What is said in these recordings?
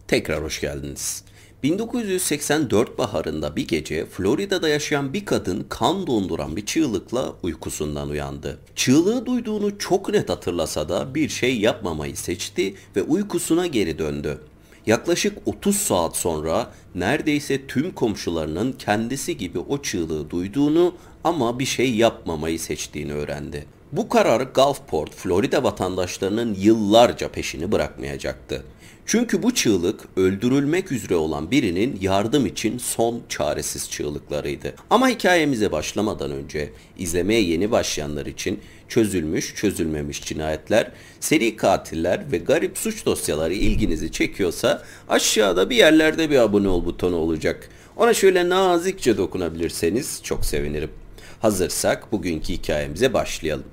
Tekrar hoş geldiniz. 1984 baharında bir gece Florida'da yaşayan bir kadın kan donduran bir çığlıkla uykusundan uyandı. Çığlığı duyduğunu çok net hatırlasa da bir şey yapmamayı seçti ve uykusuna geri döndü. Yaklaşık 30 saat sonra neredeyse tüm komşularının kendisi gibi o çığlığı duyduğunu ama bir şey yapmamayı seçtiğini öğrendi. Bu karar Gulfport, Florida vatandaşlarının yıllarca peşini bırakmayacaktı. Çünkü bu çığlık öldürülmek üzere olan birinin yardım için son çaresiz çığlıklarıydı. Ama hikayemize başlamadan önce izlemeye yeni başlayanlar için çözülmüş, çözülmemiş cinayetler, seri katiller ve garip suç dosyaları ilginizi çekiyorsa aşağıda bir yerlerde bir abone ol butonu olacak. Ona şöyle nazikçe dokunabilirseniz çok sevinirim. Hazırsak bugünkü hikayemize başlayalım.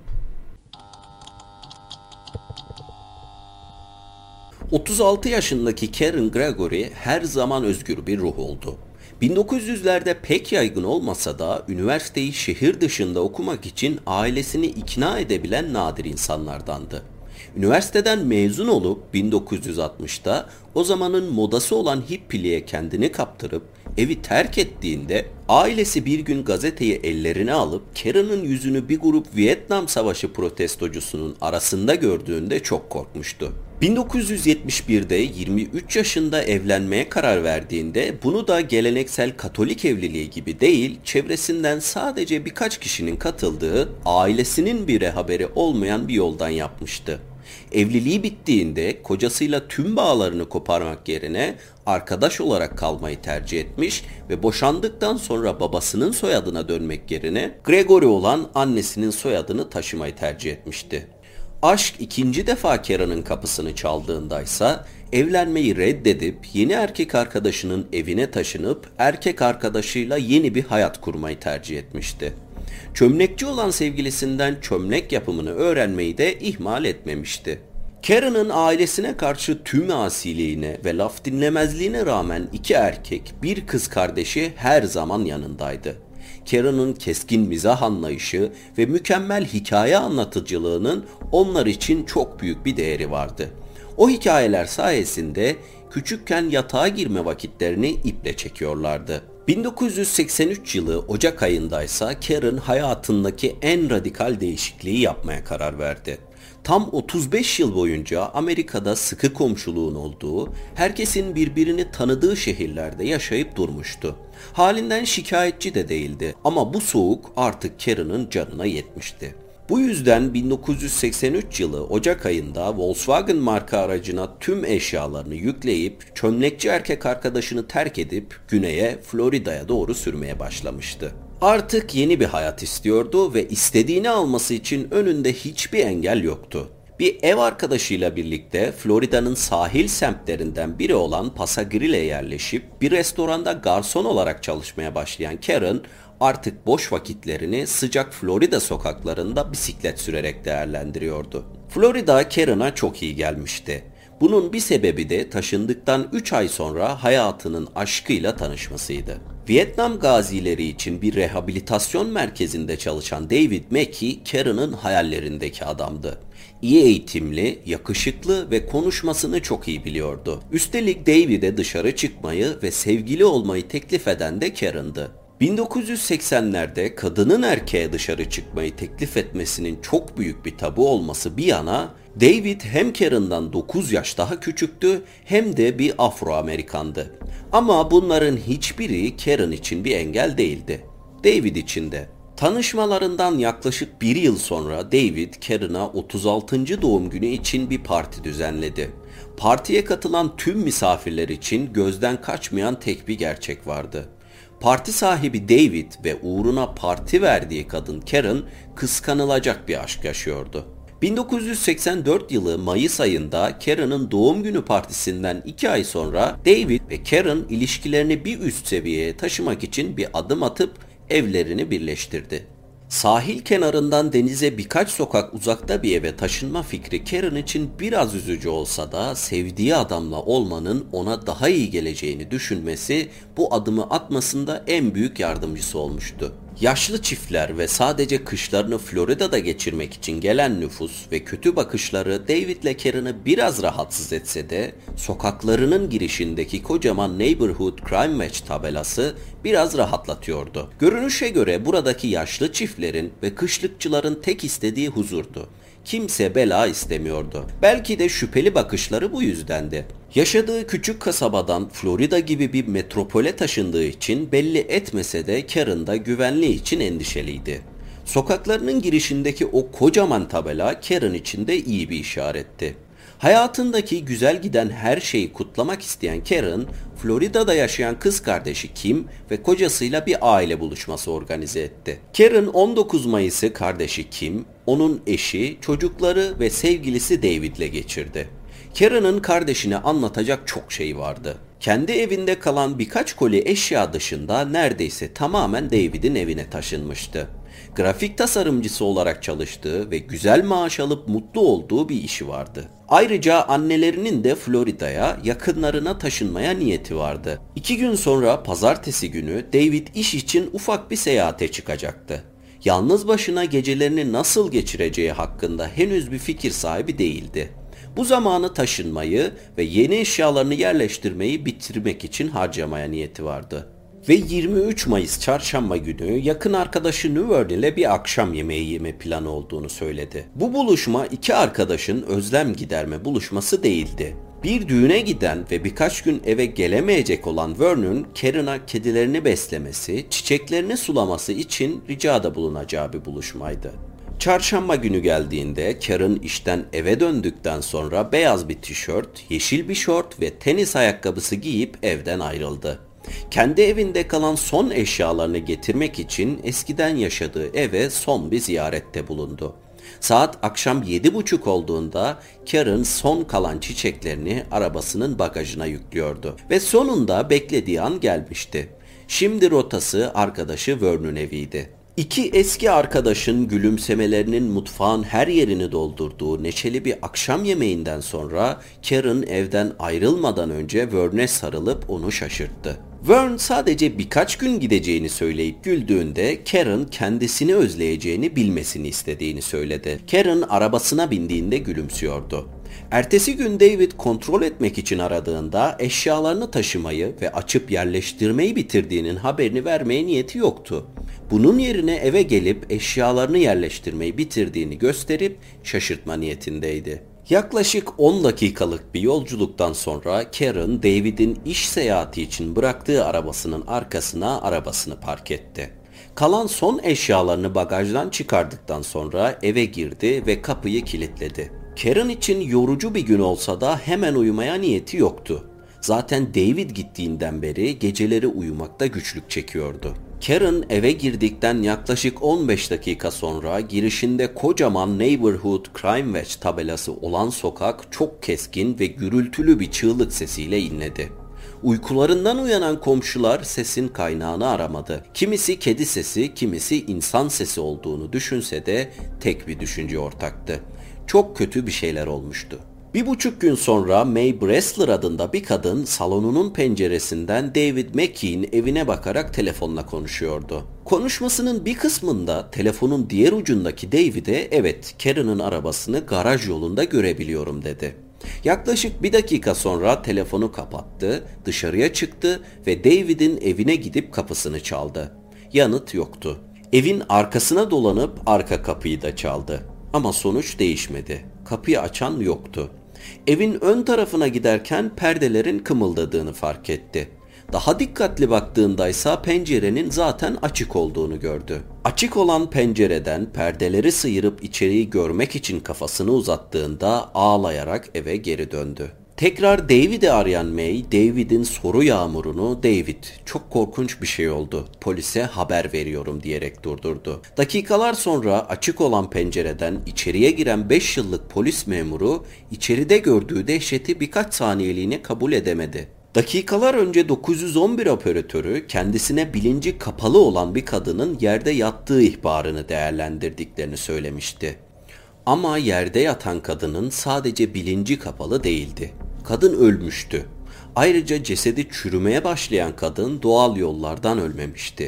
36 yaşındaki Karen Gregory her zaman özgür bir ruh oldu. 1900'lerde pek yaygın olmasa da üniversiteyi şehir dışında okumak için ailesini ikna edebilen nadir insanlardandı. Üniversiteden mezun olup 1960'ta o zamanın modası olan hippiliğe kendini kaptırıp evi terk ettiğinde ailesi bir gün gazeteyi ellerine alıp Karen'ın yüzünü bir grup Vietnam Savaşı protestocusunun arasında gördüğünde çok korkmuştu. 1971'de 23 yaşında evlenmeye karar verdiğinde bunu da geleneksel Katolik evliliği gibi değil, çevresinden sadece birkaç kişinin katıldığı, ailesinin bile haberi olmayan bir yoldan yapmıştı. Evliliği bittiğinde kocasıyla tüm bağlarını koparmak yerine arkadaş olarak kalmayı tercih etmiş ve boşandıktan sonra babasının soyadına dönmek yerine Gregory olan annesinin soyadını taşımayı tercih etmişti. Aşk ikinci defa Karen'ın kapısını çaldığındaysa evlenmeyi reddedip yeni erkek arkadaşının evine taşınıp erkek arkadaşıyla yeni bir hayat kurmayı tercih etmişti. Çömlekçi olan sevgilisinden çömlek yapımını öğrenmeyi de ihmal etmemişti. Karen'ın ailesine karşı tüm asiliğine ve laf dinlemezliğine rağmen iki erkek, bir kız kardeşi her zaman yanındaydı. Karen'ın keskin mizah anlayışı ve mükemmel hikaye anlatıcılığının onlar için çok büyük bir değeri vardı. O hikayeler sayesinde küçükken yatağa girme vakitlerini iple çekiyorlardı. 1983 yılı Ocak ayındaysa Karen hayatındaki en radikal değişikliği yapmaya karar verdi. Tam 35 yıl boyunca Amerika'da sıkı komşuluğun olduğu, herkesin birbirini tanıdığı şehirlerde yaşayıp durmuştu. Halinden şikayetçi de değildi ama bu soğuk artık Karen'ın canına yetmişti. Bu yüzden 1983 yılı Ocak ayında Volkswagen marka aracına tüm eşyalarını yükleyip çömlekçi erkek arkadaşını terk edip güneye Florida'ya doğru sürmeye başlamıştı. Artık yeni bir hayat istiyordu ve istediğini alması için önünde hiçbir engel yoktu. Bir ev arkadaşıyla birlikte Florida'nın sahil semtlerinden biri olan Pasagrile'ye yerleşip bir restoranda garson olarak çalışmaya başlayan Karen artık boş vakitlerini sıcak Florida sokaklarında bisiklet sürerek değerlendiriyordu. Florida Karen'a çok iyi gelmişti. Bunun bir sebebi de taşındıktan 3 ay sonra hayatının aşkıyla tanışmasıydı. Vietnam gazileri için bir rehabilitasyon merkezinde çalışan David Mackey, Karen'ın hayallerindeki adamdı. İyi eğitimli, yakışıklı ve konuşmasını çok iyi biliyordu. Üstelik David'e dışarı çıkmayı ve sevgili olmayı teklif eden de Karen'dı. 1980'lerde kadının erkeğe dışarı çıkmayı teklif etmesinin çok büyük bir tabu olması bir yana, David hem Karen'dan 9 yaş daha küçüktü hem de bir Afro-Amerikandı. Ama bunların hiçbiri Karen için bir engel değildi. David için de. Tanışmalarından yaklaşık bir yıl sonra David, Karen'a 36. doğum günü için bir parti düzenledi. Partiye katılan tüm misafirler için gözden kaçmayan tek bir gerçek vardı. Parti sahibi David ve uğruna parti verdiği kadın Karen kıskanılacak bir aşk yaşıyordu. 1984 yılı Mayıs ayında Karen'ın doğum günü partisinden 2 ay sonra David ve Karen ilişkilerini bir üst seviyeye taşımak için bir adım atıp evlerini birleştirdi. Sahil kenarından denize birkaç sokak uzakta bir eve taşınma fikri Karen için biraz üzücü olsa da sevdiği adamla olmanın ona daha iyi geleceğini düşünmesi bu adımı atmasında en büyük yardımcısı olmuştu. Yaşlı çiftler ve sadece kışlarını Florida'da geçirmek için gelen nüfus ve kötü bakışları David'le Karen'ı biraz rahatsız etse de sokaklarının girişindeki kocaman Neighborhood Crime Watch tabelası biraz rahatlatıyordu. Görünüşe göre buradaki yaşlı çiftlerin ve kışlıkçıların tek istediği huzurdu. Kimse bela istemiyordu. Belki de şüpheli bakışları bu yüzdendi. Yaşadığı küçük kasabadan Florida gibi bir metropole taşındığı için belli etmese de Karen da güvenliği için endişeliydi. Sokaklarının girişindeki o kocaman tabela Karen için de iyi bir işaretti. Hayatındaki güzel giden her şeyi kutlamak isteyen Karen, Florida'da yaşayan kız kardeşi Kim ve kocasıyla bir aile buluşması organize etti. Karen 19 Mayıs'ı kardeşi Kim, onun eşi, çocukları ve sevgilisi David'le geçirdi. Karen'ın kardeşine anlatacak çok şey vardı. Kendi evinde kalan birkaç koli eşya dışında neredeyse tamamen David'in evine taşınmıştı. Grafik tasarımcısı olarak çalıştığı ve güzel maaş alıp mutlu olduğu bir işi vardı. Ayrıca annelerinin de Florida'ya, yakınlarına taşınmaya niyeti vardı. 2 gün sonra pazartesi günü David iş için ufak bir seyahate çıkacaktı. Yalnız başına gecelerini nasıl geçireceği hakkında henüz bir fikir sahibi değildi. Bu zamanı taşınmayı ve yeni eşyalarını yerleştirmeyi bitirmek için harcamaya niyeti vardı. Ve 23 Mayıs çarşamba günü yakın arkadaşı Nuvern ile bir akşam yemeği yeme planı olduğunu söyledi. Bu buluşma iki arkadaşın özlem giderme buluşması değildi. Bir düğüne giden ve birkaç gün eve gelemeyecek olan Vern'ün Karen'a kedilerini beslemesi, çiçeklerini sulaması için ricada bulunacağı bir buluşmaydı. Çarşamba günü geldiğinde Karen işten eve döndükten sonra beyaz bir tişört, yeşil bir şort ve tenis ayakkabısı giyip evden ayrıldı. Kendi evinde kalan son eşyalarını getirmek için eskiden yaşadığı eve son bir ziyarette bulundu. Saat akşam 7:30 olduğunda Karen son kalan çiçeklerini arabasının bagajına yüklüyordu ve sonunda beklediği an gelmişti. Şimdi rotası arkadaşı Vern'ün eviydi. İki eski arkadaşın gülümsemelerinin mutfağın her yerini doldurduğu neşeli bir akşam yemeğinden sonra Karen evden ayrılmadan önce Vern'e sarılıp onu şaşırttı. Vern sadece birkaç gün gideceğini söyleyip güldüğünde Karen kendisini özleyeceğini bilmesini istediğini söyledi. Karen arabasına bindiğinde gülümsüyordu. Ertesi gün David kontrol etmek için aradığında eşyalarını taşımayı ve açıp yerleştirmeyi bitirdiğinin haberini vermeye niyeti yoktu. Bunun yerine eve gelip eşyalarını yerleştirmeyi bitirdiğini gösterip şaşırtma niyetindeydi. Yaklaşık 10 dakikalık bir yolculuktan sonra Karen, David'in iş seyahati için bıraktığı arabasının arkasına arabasını park etti. Kalan son eşyalarını bagajdan çıkardıktan sonra eve girdi ve kapıyı kilitledi. Karen için yorucu bir gün olsa da hemen uyumaya niyeti yoktu. Zaten David gittiğinden beri geceleri uyumakta güçlük çekiyordu. Karen eve girdikten yaklaşık 15 dakika sonra girişinde kocaman Neighborhood Crime Watch tabelası olan sokak çok keskin ve gürültülü bir çığlık sesiyle inledi. Uykularından uyanan komşular sesin kaynağını aramadı. Kimisi kedi sesi, kimisi insan sesi olduğunu düşünse de tek bir düşünce ortaktı. Çok kötü bir şeyler olmuştu. 1,5 gün sonra May Bressler adında bir kadın salonunun penceresinden David McKee'in evine bakarak telefonla konuşuyordu. Konuşmasının bir kısmında telefonun diğer ucundaki David'e evet Karen'ın arabasını garaj yolunda görebiliyorum dedi. Yaklaşık 1 dakika sonra telefonu kapattı, dışarıya çıktı ve David'in evine gidip kapısını çaldı. Yanıt yoktu. Evin arkasına dolanıp arka kapıyı da çaldı. Ama sonuç değişmedi. Kapıyı açan yoktu. Evin ön tarafına giderken perdelerin kımıldadığını fark etti. Daha dikkatli baktığındaysa pencerenin zaten açık olduğunu gördü. Açık olan pencereden perdeleri sıyırıp içeriği görmek için kafasını uzattığında ağlayarak eve geri döndü. Tekrar David'i arayan May, David'in soru yağmurunu "David, çok korkunç bir şey oldu. Polise haber veriyorum." diyerek durdurdu. Dakikalar sonra açık olan pencereden içeriye giren 5 yıllık polis memuru içeride gördüğü dehşeti birkaç saniyeliğine kabul edemedi. Dakikalar önce 911 operatörü kendisine bilinci kapalı olan bir kadının yerde yattığı ihbarını değerlendirdiklerini söylemişti. Ama yerde yatan kadının sadece bilinci kapalı değildi. Kadın ölmüştü. Ayrıca cesedi çürümeye başlayan kadın doğal yollardan ölmemişti.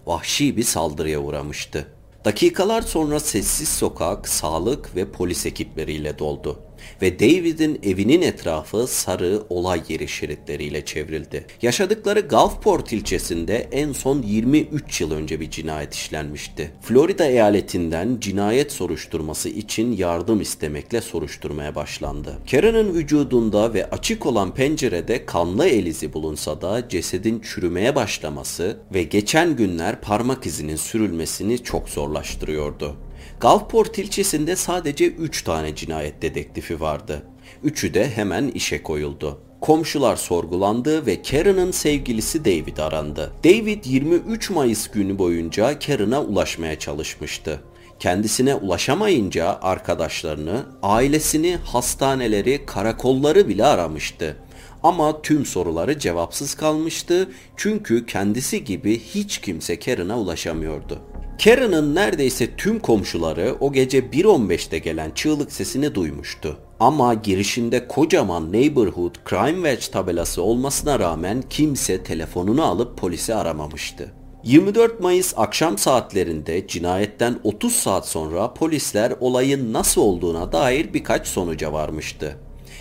vahşi bir saldırıya uğramıştı. Dakikalar sonra sessiz sokak, sağlık ve polis ekipleriyle doldu ve David'in evinin etrafı sarı olay yeri şeritleriyle çevrildi. Yaşadıkları Gulfport ilçesinde en son 23 yıl önce bir cinayet işlenmişti. Florida eyaletinden cinayet soruşturması için yardım istemekle soruşturmaya başlandı. Karen'ın vücudunda ve açık olan pencerede kanlı el izi bulunsa da cesedin çürümeye başlaması ve geçen günler parmak izinin sürülmesini çok zorlaştırıyordu. Gulfport ilçesinde sadece 3 tane cinayet dedektifi vardı. Üçü de hemen işe koyuldu. Komşular sorgulandı ve Karen'ın sevgilisi David arandı. David 23 Mayıs günü boyunca Karen'a ulaşmaya çalışmıştı. Kendisine ulaşamayınca arkadaşlarını, ailesini, hastaneleri, karakolları bile aramıştı. Ama tüm soruları cevapsız kalmıştı çünkü kendisi gibi hiç kimse Karen'a ulaşamıyordu. Karen'ın neredeyse tüm komşuları o gece 1.15'te gelen çığlık sesini duymuştu. Ama girişinde kocaman Neighborhood Crime Watch tabelası olmasına rağmen kimse telefonunu alıp polisi aramamıştı. 24 Mayıs akşam saatlerinde cinayetten 30 saat sonra polisler olayın nasıl olduğuna dair birkaç sonuca varmıştı.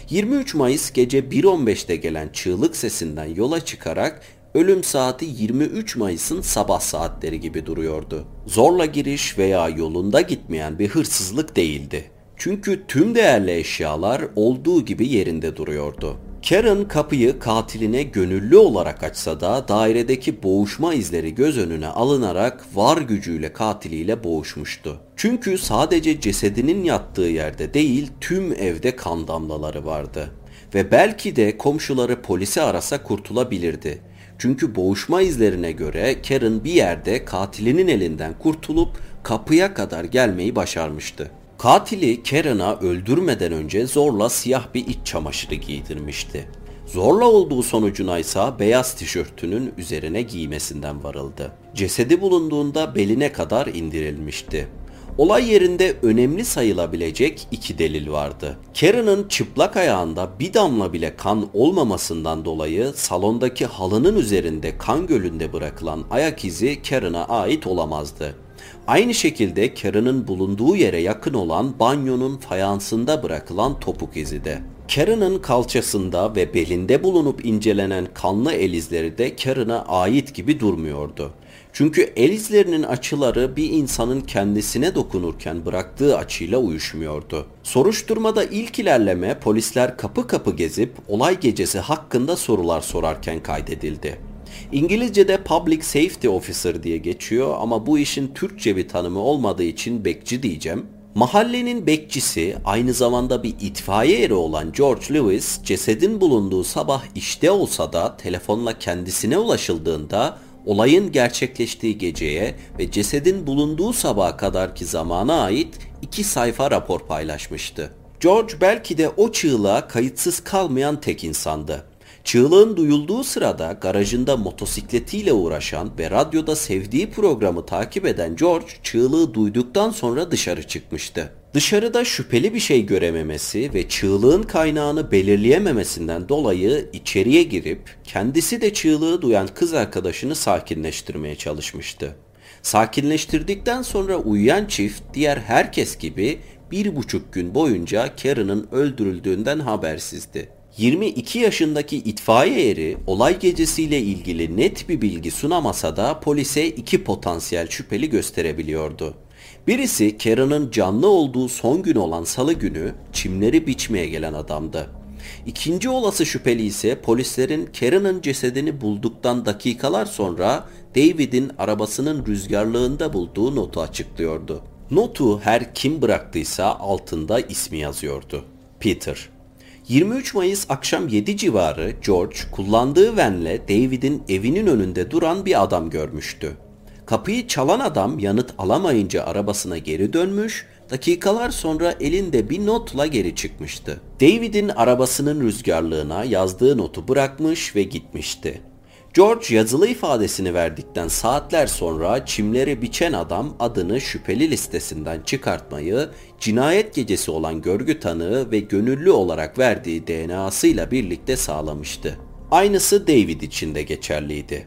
23 Mayıs gece 1.15'te gelen çığlık sesinden yola çıkarak ölüm saati 23 Mayıs'ın sabah saatleri gibi duruyordu. Zorla giriş veya yolunda gitmeyen bir hırsızlık değildi. Çünkü tüm değerli eşyalar olduğu gibi yerinde duruyordu. Karen kapıyı katiline gönüllü olarak açsa da dairedeki boğuşma izleri göz önüne alınarak var gücüyle katiliyle boğuşmuştu. Çünkü sadece cesedinin yattığı yerde değil tüm evde kan damlaları vardı. Ve belki de komşuları polisi arasa kurtulabilirdi. Çünkü boğuşma izlerine göre Karen bir yerde katilinin elinden kurtulup kapıya kadar gelmeyi başarmıştı. Katili Karen'a öldürmeden önce zorla siyah bir iç çamaşırı giydirmişti. Zorla olduğu sonucuna ise beyaz tişörtünün üzerine giymesinden varıldı. Cesedi bulunduğunda beline kadar indirilmişti. Olay yerinde önemli sayılabilecek 2 delil vardı. Karen'ın çıplak ayağında bir damla bile kan olmamasından dolayı salondaki halının üzerinde kan gölünde bırakılan ayak izi Karen'a ait olamazdı. Aynı şekilde Karen'ın bulunduğu yere yakın olan banyonun fayansında bırakılan topuk izi de. Karen'ın kalçasında ve belinde bulunup incelenen kanlı el izleri de Karen'a ait gibi durmuyordu. Çünkü el izlerinin açıları bir insanın kendisine dokunurken bıraktığı açıyla uyuşmuyordu. Soruşturmada ilk ilerleme polisler kapı kapı gezip olay gecesi hakkında sorular sorarken kaydedildi. İngilizce'de Public Safety Officer diye geçiyor ama bu işin Türkçe bir tanımı olmadığı için bekçi diyeceğim. Mahallenin bekçisi aynı zamanda bir itfaiye eri olan George Lewis cesedin bulunduğu sabah işte olsa da telefonla kendisine ulaşıldığında olayın gerçekleştiği geceye ve cesedin bulunduğu sabaha kadarki zamana ait 2 sayfa rapor paylaşmıştı. George belki de o çığlığa kayıtsız kalmayan tek insandı. Çığlığın duyulduğu sırada garajında motosikletiyle uğraşan ve radyoda sevdiği programı takip eden George çığlığı duyduktan sonra dışarı çıkmıştı. Dışarıda şüpheli bir şey görememesi ve çığlığın kaynağını belirleyememesinden dolayı içeriye girip kendisi de çığlığı duyan kız arkadaşını sakinleştirmeye çalışmıştı. Sakinleştirdikten sonra uyuyan çift diğer herkes gibi 1,5 gün boyunca Karen'ın öldürüldüğünden habersizdi. 22 yaşındaki itfaiye eri olay gecesiyle ilgili net bir bilgi sunamasa da polise 2 potansiyel şüpheli gösterebiliyordu. Birisi Karen'ın canlı olduğu son gün olan salı günü çimleri biçmeye gelen adamdı. İkinci olası şüpheli ise polislerin Karen'ın cesedini bulduktan dakikalar sonra David'in arabasının rüzgarlığında bulduğu notu açıklıyordu. Notu her kim bıraktıysa altında ismi yazıyordu. Peter. 23 Mayıs akşam 7 civarı George kullandığı vanle David'in evinin önünde duran bir adam görmüştü. Kapıyı çalan adam yanıt alamayınca arabasına geri dönmüş, dakikalar sonra elinde bir notla geri çıkmıştı. David'in arabasının rüzgarlığına yazdığı notu bırakmış ve gitmişti. George yazılı ifadesini verdikten saatler sonra çimleri biçen adam adını şüpheli listesinden çıkartmayı, cinayet gecesi olan görgü tanığı ve gönüllü olarak verdiği DNA'sıyla birlikte sağlamıştı. Aynısı David için de geçerliydi.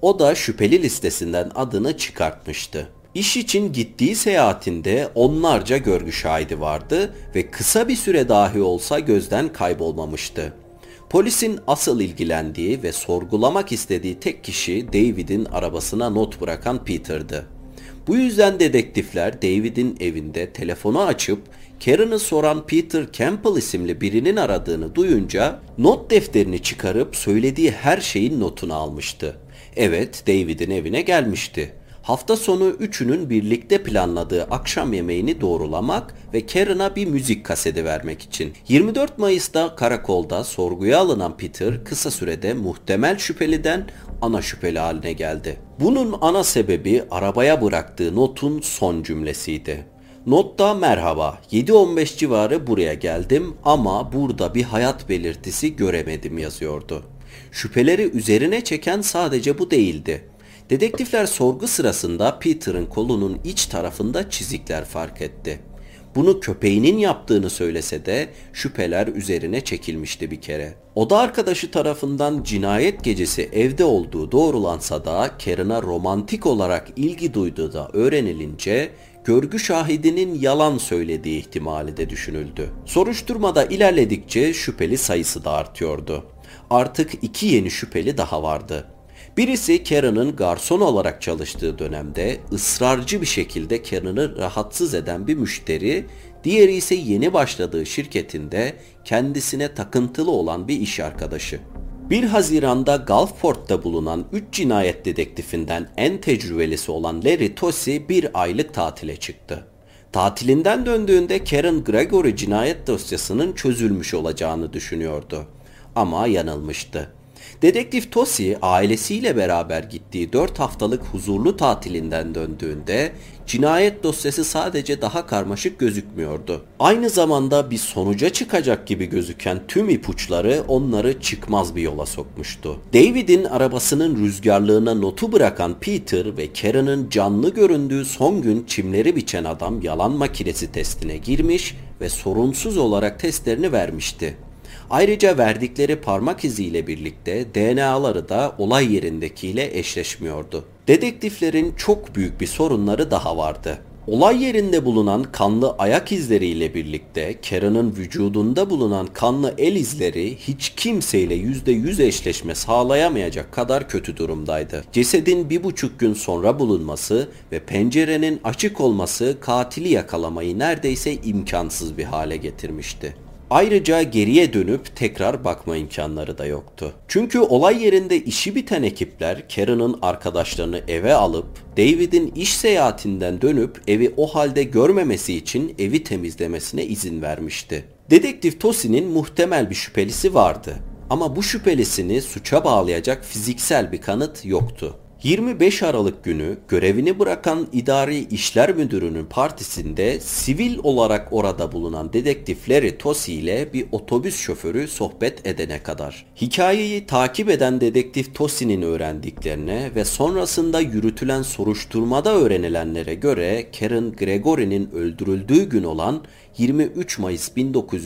O da şüpheli listesinden adını çıkartmıştı. İş için gittiği seyahatinde onlarca görgü şahidi vardı ve kısa bir süre dahi olsa gözden kaybolmamıştı. Polisin asıl ilgilendiği ve sorgulamak istediği tek kişi David'in arabasına not bırakan Peter'dı. Bu yüzden dedektifler David'in evinde telefonu açıp Karen'ı soran Peter Campbell isimli birinin aradığını duyunca not defterini çıkarıp söylediği her şeyin notunu almıştı. Evet, David'in evine gelmişti. Hafta sonu üçünün birlikte planladığı akşam yemeğini doğrulamak ve Karen'a bir müzik kaseti vermek için. 24 Mayıs'ta karakolda sorguya alınan Peter kısa sürede muhtemel şüpheliden ana şüpheli haline geldi. Bunun ana sebebi arabaya bıraktığı notun son cümlesiydi. Notta merhaba 7:15 civarı buraya geldim ama burada bir hayat belirtisi göremedim yazıyordu. Şüpheleri üzerine çeken sadece bu değildi. Dedektifler sorgu sırasında Peter'ın kolunun iç tarafında çizikler fark etti. Bunu köpeğinin yaptığını söylese de şüpheler üzerine çekilmişti bir kere. Oda arkadaşı tarafından cinayet gecesi evde olduğu doğrulansa da Karen'a romantik olarak ilgi duyduğu da öğrenilince görgü şahidinin yalan söylediği ihtimali de düşünüldü. Soruşturmada ilerledikçe şüpheli sayısı da artıyordu. Artık 2 yeni şüpheli daha vardı. Birisi Karen'ın garson olarak çalıştığı dönemde ısrarcı bir şekilde Karen'ı rahatsız eden bir müşteri, diğeri ise yeni başladığı şirketinde kendisine takıntılı olan bir iş arkadaşı. 1 Haziran'da Gulfport'ta bulunan 3 cinayet dedektifinden en tecrübelisi olan Larry Tosi bir aylık tatile çıktı. Tatilinden döndüğünde Karen Gregory cinayet dosyasının çözülmüş olacağını düşünüyordu. Ama yanılmıştı. Dedektif Tosi ailesiyle beraber gittiği 4 haftalık huzurlu tatilinden döndüğünde cinayet dosyası sadece daha karmaşık gözükmüyordu. Aynı zamanda bir sonuca çıkacak gibi gözüken tüm ipuçları onları çıkmaz bir yola sokmuştu. David'in arabasının rüzgarlığına notu bırakan Peter ve Karen'ın canlı göründüğü son gün çimleri biçen adam yalan makinesi testine girmiş ve sorunsuz olarak testlerini vermişti. Ayrıca verdikleri parmak iziyle birlikte DNA'ları da olay yerindekiyle eşleşmiyordu. Dedektiflerin çok büyük bir sorunları daha vardı. Olay yerinde bulunan kanlı ayak izleriyle birlikte Karen'ın vücudunda bulunan kanlı el izleri hiç kimseyle %100 eşleşme sağlayamayacak kadar kötü durumdaydı. Cesedin 1,5 gün sonra bulunması ve pencerenin açık olması katili yakalamayı neredeyse imkansız bir hale getirmişti. Ayrıca geriye dönüp tekrar bakma imkanları da yoktu. Çünkü olay yerinde işi biten ekipler Karen'ın arkadaşlarını eve alıp David'in iş seyahatinden dönüp evi o halde görmemesi için evi temizlemesine izin vermişti. Dedektif Tosi'nin muhtemel bir şüphelisi vardı ama bu şüphelisini suça bağlayacak fiziksel bir kanıt yoktu. 25 Aralık günü görevini bırakan İdari İşler Müdürü'nün partisinde sivil olarak orada bulunan dedektif Larry Tosi ile bir otobüs şoförü sohbet edene kadar. Hikayeyi takip eden dedektif Tosi'nin öğrendiklerine ve sonrasında yürütülen soruşturmada öğrenilenlere göre Karen Gregory'nin öldürüldüğü gün olan 23 Mayıs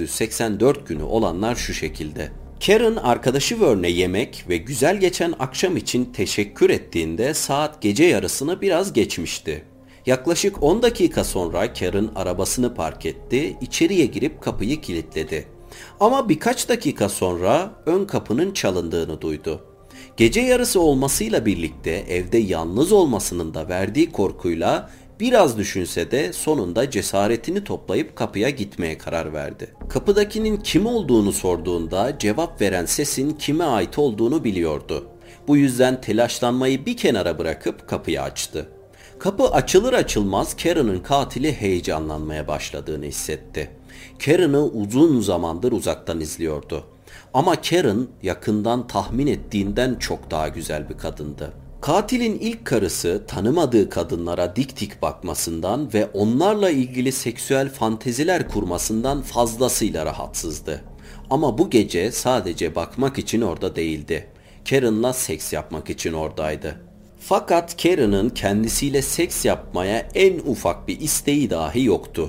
1984 günü olanlar şu şekilde. Karen arkadaşı Vern'e yemek ve güzel geçen akşam için teşekkür ettiğinde saat gece yarısını biraz geçmişti. Yaklaşık 10 dakika sonra Karen arabasını park etti, içeriye girip kapıyı kilitledi. Ama birkaç dakika sonra ön kapının çalındığını duydu. Gece yarısı olmasıyla birlikte evde yalnız olmasının da verdiği korkuyla biraz düşünse de sonunda cesaretini toplayıp kapıya gitmeye karar verdi. Kapıdakinin kim olduğunu sorduğunda cevap veren sesin kime ait olduğunu biliyordu. Bu yüzden telaşlanmayı bir kenara bırakıp kapıyı açtı. Kapı açılır açılmaz Karen'ın katili heyecanlanmaya başladığını hissetti. Karen'ı uzun zamandır uzaktan izliyordu. Ama Karen yakından tahmin ettiğinden çok daha güzel bir kadındı. Katilin ilk karısı tanımadığı kadınlara dik dik bakmasından ve onlarla ilgili seksüel fanteziler kurmasından fazlasıyla rahatsızdı. Ama bu gece sadece bakmak için orada değildi. Karen'la seks yapmak için oradaydı. Fakat Karen'ın kendisiyle seks yapmaya en ufak bir isteği dahi yoktu.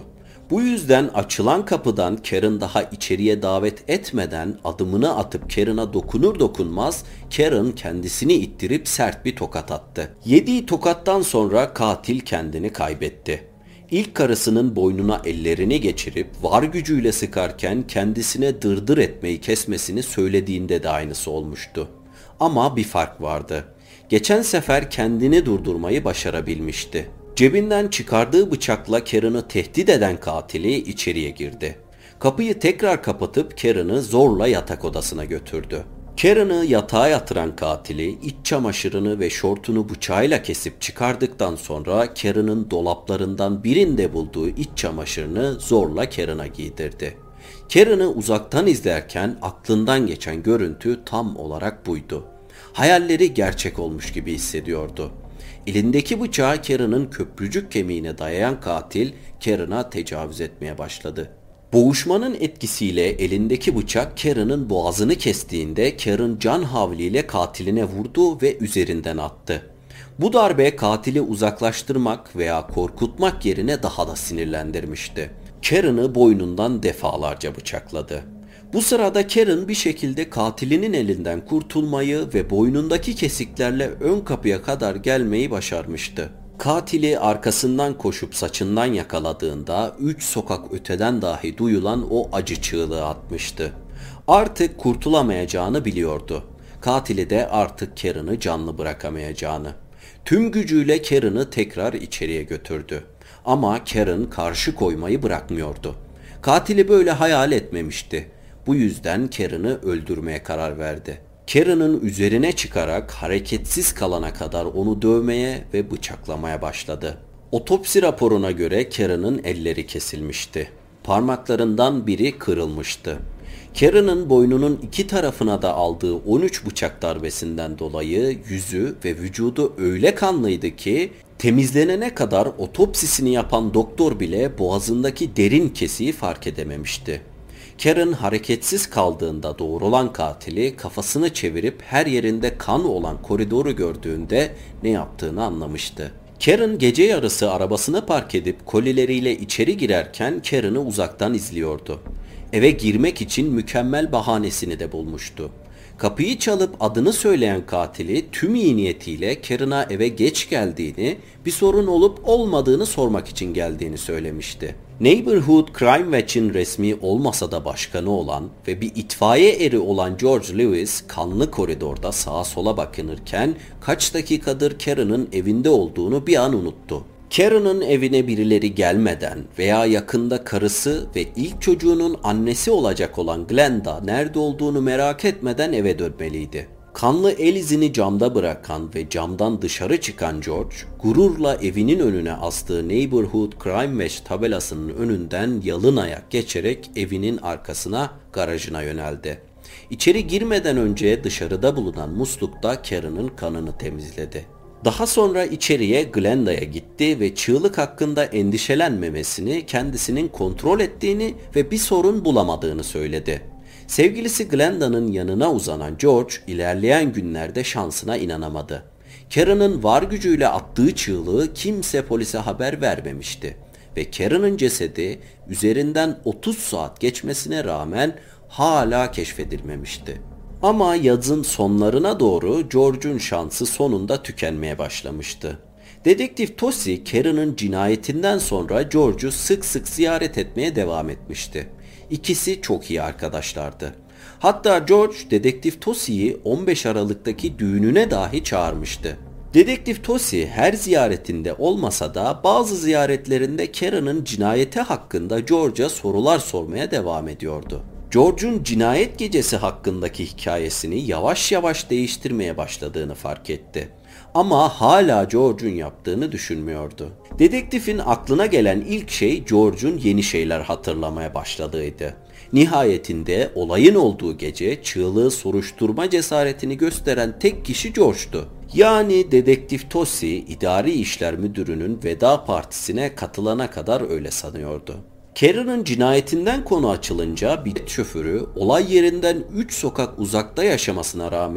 Bu yüzden açılan kapıdan Karen daha içeriye davet etmeden adımını atıp Karen'a dokunur dokunmaz Karen kendisini ittirip sert bir tokat attı. Yediği tokattan sonra katil kendini kaybetti. İlk karısının boynuna ellerini geçirip var gücüyle sıkarken kendisine dırdır etmeyi kesmesini söylediğinde de aynısı olmuştu. Ama bir fark vardı. Geçen sefer kendini durdurmayı başarabilmişti. Cebinden çıkardığı bıçakla Karen'ı tehdit eden katili içeriye girdi. Kapıyı tekrar kapatıp Karen'ı zorla yatak odasına götürdü. Karen'ı yatağa yatıran katili iç çamaşırını ve şortunu bıçağıyla kesip çıkardıktan sonra Karen'ın dolaplarından birinde bulduğu iç çamaşırını zorla Karen'a giydirdi. Karen'ı uzaktan izlerken aklından geçen görüntü tam olarak buydu. Hayalleri gerçek olmuş gibi hissediyordu. Elindeki bıçağı Karen'ın köprücük kemiğine dayayan katil Karen'a tecavüz etmeye başladı. Boğuşmanın etkisiyle elindeki bıçak Karen'ın boğazını kestiğinde Karen can havliyle katiline vurdu ve üzerinden attı. Bu darbe katili uzaklaştırmak veya korkutmak yerine daha da sinirlendirmişti. Karen'ı boynundan defalarca bıçakladı. Bu sırada Karen bir şekilde katilinin elinden kurtulmayı ve boynundaki kesiklerle ön kapıya kadar gelmeyi başarmıştı. Katili arkasından koşup saçından yakaladığında 3 sokak öteden dahi duyulan o acı çığlığı atmıştı. Artık kurtulamayacağını biliyordu. Katili de artık Karen'ı canlı bırakamayacağını. Tüm gücüyle Karen'ı tekrar içeriye götürdü. Ama Karen karşı koymayı bırakmıyordu. Katili böyle hayal etmemişti. Bu yüzden Karen'ı öldürmeye karar verdi. Karen'ın üzerine çıkarak hareketsiz kalana kadar onu dövmeye ve bıçaklamaya başladı. Otopsi raporuna göre Karen'ın elleri kesilmişti. Parmaklarından biri kırılmıştı. Karen'ın boynunun iki tarafına da aldığı 13 bıçak darbesinden dolayı yüzü ve vücudu öyle kanlıydı ki temizlenene kadar otopsisini yapan doktor bile boğazındaki derin kesiği fark edememişti. Karen hareketsiz kaldığında doğrulan katili kafasını çevirip her yerinde kan olan koridoru gördüğünde ne yaptığını anlamıştı. Karen gece yarısı arabasını park edip kolileriyle içeri girerken Karen'ı uzaktan izliyordu. Eve girmek için mükemmel bahanesini de bulmuştu. Kapıyı çalıp adını söyleyen katili tüm iyi niyetiyle Karen'a eve geç geldiğini, bir sorun olup olmadığını sormak için geldiğini söylemişti. Neighborhood Crime Watch'in resmi olmasa da başkanı olan ve bir itfaiye eri olan George Lewis kanlı koridorda sağa sola bakınırken kaç dakikadır Karen'ın evinde olduğunu bir an unuttu. Karen'ın evine birileri gelmeden veya yakında karısı ve ilk çocuğunun annesi olacak olan Glenda nerede olduğunu merak etmeden eve dönmeliydi. Kanlı el izini camda bırakan ve camdan dışarı çıkan George, gururla evinin önüne astığı Neighborhood Crime Watch tabelasının önünden yalın ayak geçerek evinin arkasına, garajına yöneldi. İçeri girmeden önce dışarıda bulunan muslukta Karen'ın kanını temizledi. Daha sonra içeriye Glenda'ya gitti ve çığlık hakkında endişelenmemesini, kendisinin kontrol ettiğini ve bir sorun bulamadığını söyledi. Sevgilisi Glenda'nın yanına uzanan George ilerleyen günlerde şansına inanamadı. Karen'ın var gücüyle attığı çığlığı kimse polise haber vermemişti ve Karen'ın cesedi üzerinden 30 saat geçmesine rağmen hala keşfedilmemişti. Ama yazın sonlarına doğru George'un şansı sonunda tükenmeye başlamıştı. Dedektif Tosi, Karen'ın cinayetinden sonra George'u sık sık ziyaret etmeye devam etmişti. İkisi çok iyi arkadaşlardı. Hatta George, Dedektif Tosi'yi 15 Aralık'taki düğününe dahi çağırmıştı. Dedektif Tosi her ziyaretinde olmasa da bazı ziyaretlerinde Karen'ın cinayeti hakkında George'a sorular sormaya devam ediyordu. George'un cinayet gecesi hakkındaki hikayesini yavaş yavaş değiştirmeye başladığını fark etti. Ama hala George'un yaptığını düşünmüyordu. Dedektifin aklına gelen ilk şey George'un yeni şeyler hatırlamaya başladığıydı. Nihayetinde olayın olduğu gece çığlığı soruşturma cesaretini gösteren tek kişi George'tu. Yani Dedektif Tosi, İdari İşler Müdürü'nün veda partisine katılana kadar öyle sanıyordu. Karen'ın cinayetinden konu açılınca bir şoförü olay yerinden 3 sokak uzakta yaşamasına rağmen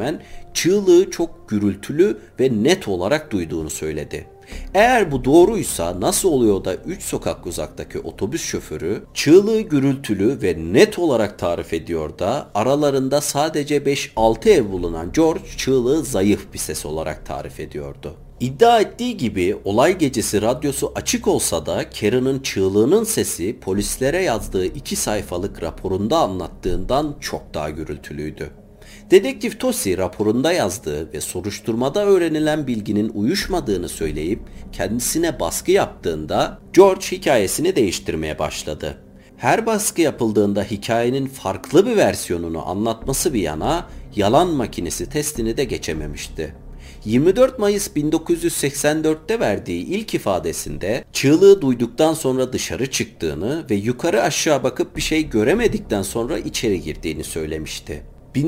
çığlığı çok gürültülü ve net olarak duyduğunu söyledi. Eğer bu doğruysa nasıl oluyor da 3 sokak uzaktaki otobüs şoförü çığlığı gürültülü ve net olarak tarif ediyor da aralarında sadece 5-6 ev bulunan George çığlığı zayıf bir ses olarak tarif ediyordu. İddia ettiği gibi olay gecesi radyosu açık olsa da Karen'ın çığlığının sesi polislere yazdığı 2 sayfalık raporunda anlattığından çok daha gürültülüydü. Dedektif Tosi raporunda yazdığı ve soruşturmada öğrenilen bilginin uyuşmadığını söyleyip kendisine baskı yaptığında George hikayesini değiştirmeye başladı. Her baskı yapıldığında hikayenin farklı bir versiyonunu anlatması bir yana yalan makinesi testini de geçememişti. 24 Mayıs 1984'te verdiği ilk ifadesinde çığlığı duyduktan sonra dışarı çıktığını ve yukarı aşağı bakıp bir şey göremedikten sonra içeri girdiğini söylemişti.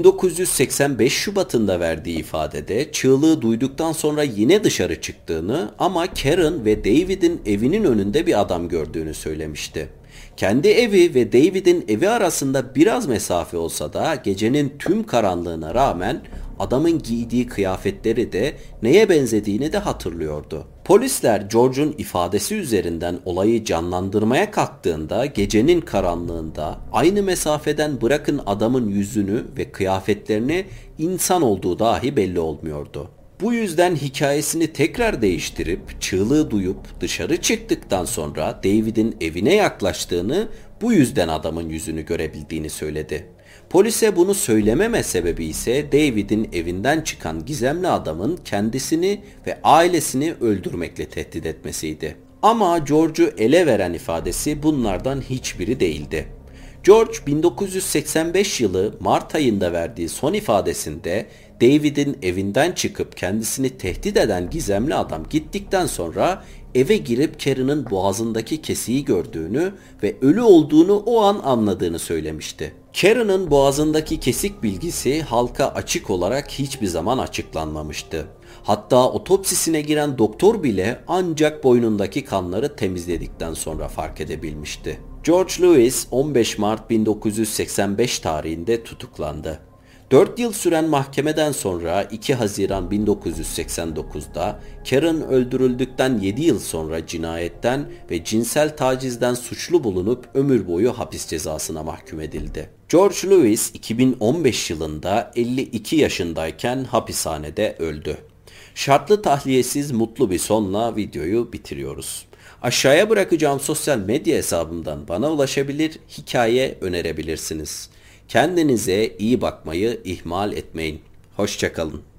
1985 Şubat'ında verdiği ifadede çığlığı duyduktan sonra yine dışarı çıktığını ama Karen ve David'in evinin önünde bir adam gördüğünü söylemişti. Kendi evi ve David'in evi arasında biraz mesafe olsa da gecenin tüm karanlığına rağmen adamın giydiği kıyafetleri de neye benzediğini de hatırlıyordu. Polisler George'un ifadesi üzerinden olayı canlandırmaya kalktığında gecenin karanlığında aynı mesafeden bırakın adamın yüzünü ve kıyafetlerini insan olduğu dahi belli olmuyordu. Bu yüzden hikayesini tekrar değiştirip çığlığı duyup dışarı çıktıktan sonra David'in evine yaklaştığını, bu yüzden adamın yüzünü görebildiğini söyledi. Polise bunu söylememe sebebi ise David'in evinden çıkan gizemli adamın kendisini ve ailesini öldürmekle tehdit etmesiydi. Ama George'u ele veren ifadesi bunlardan hiçbiri değildi. George 1985 yılı Mart ayında verdiği son ifadesinde David'in evinden çıkıp kendisini tehdit eden gizemli adam gittikten sonra eve girip Karen'ın boğazındaki kesiği gördüğünü ve ölü olduğunu o an anladığını söylemişti. Karen'ın boğazındaki kesik bilgisi halka açık olarak hiçbir zaman açıklanmamıştı. Hatta otopsisine giren doktor bile ancak boynundaki kanları temizledikten sonra fark edebilmişti. George Lewis 15 Mart 1985 tarihinde tutuklandı. 4 yıl süren mahkemeden sonra 2 Haziran 1989'da Karen öldürüldükten 7 yıl sonra cinayetten ve cinsel tacizden suçlu bulunup ömür boyu hapis cezasına mahkum edildi. George Lewis 2015 yılında 52 yaşındayken hapishanede öldü. Şartlı tahliyesiz mutlu bir sonla videoyu bitiriyoruz. Aşağıya bırakacağım sosyal medya hesabımdan bana ulaşabilir, hikaye önerebilirsiniz. Kendinize iyi bakmayı ihmal etmeyin. Hoşça kalın.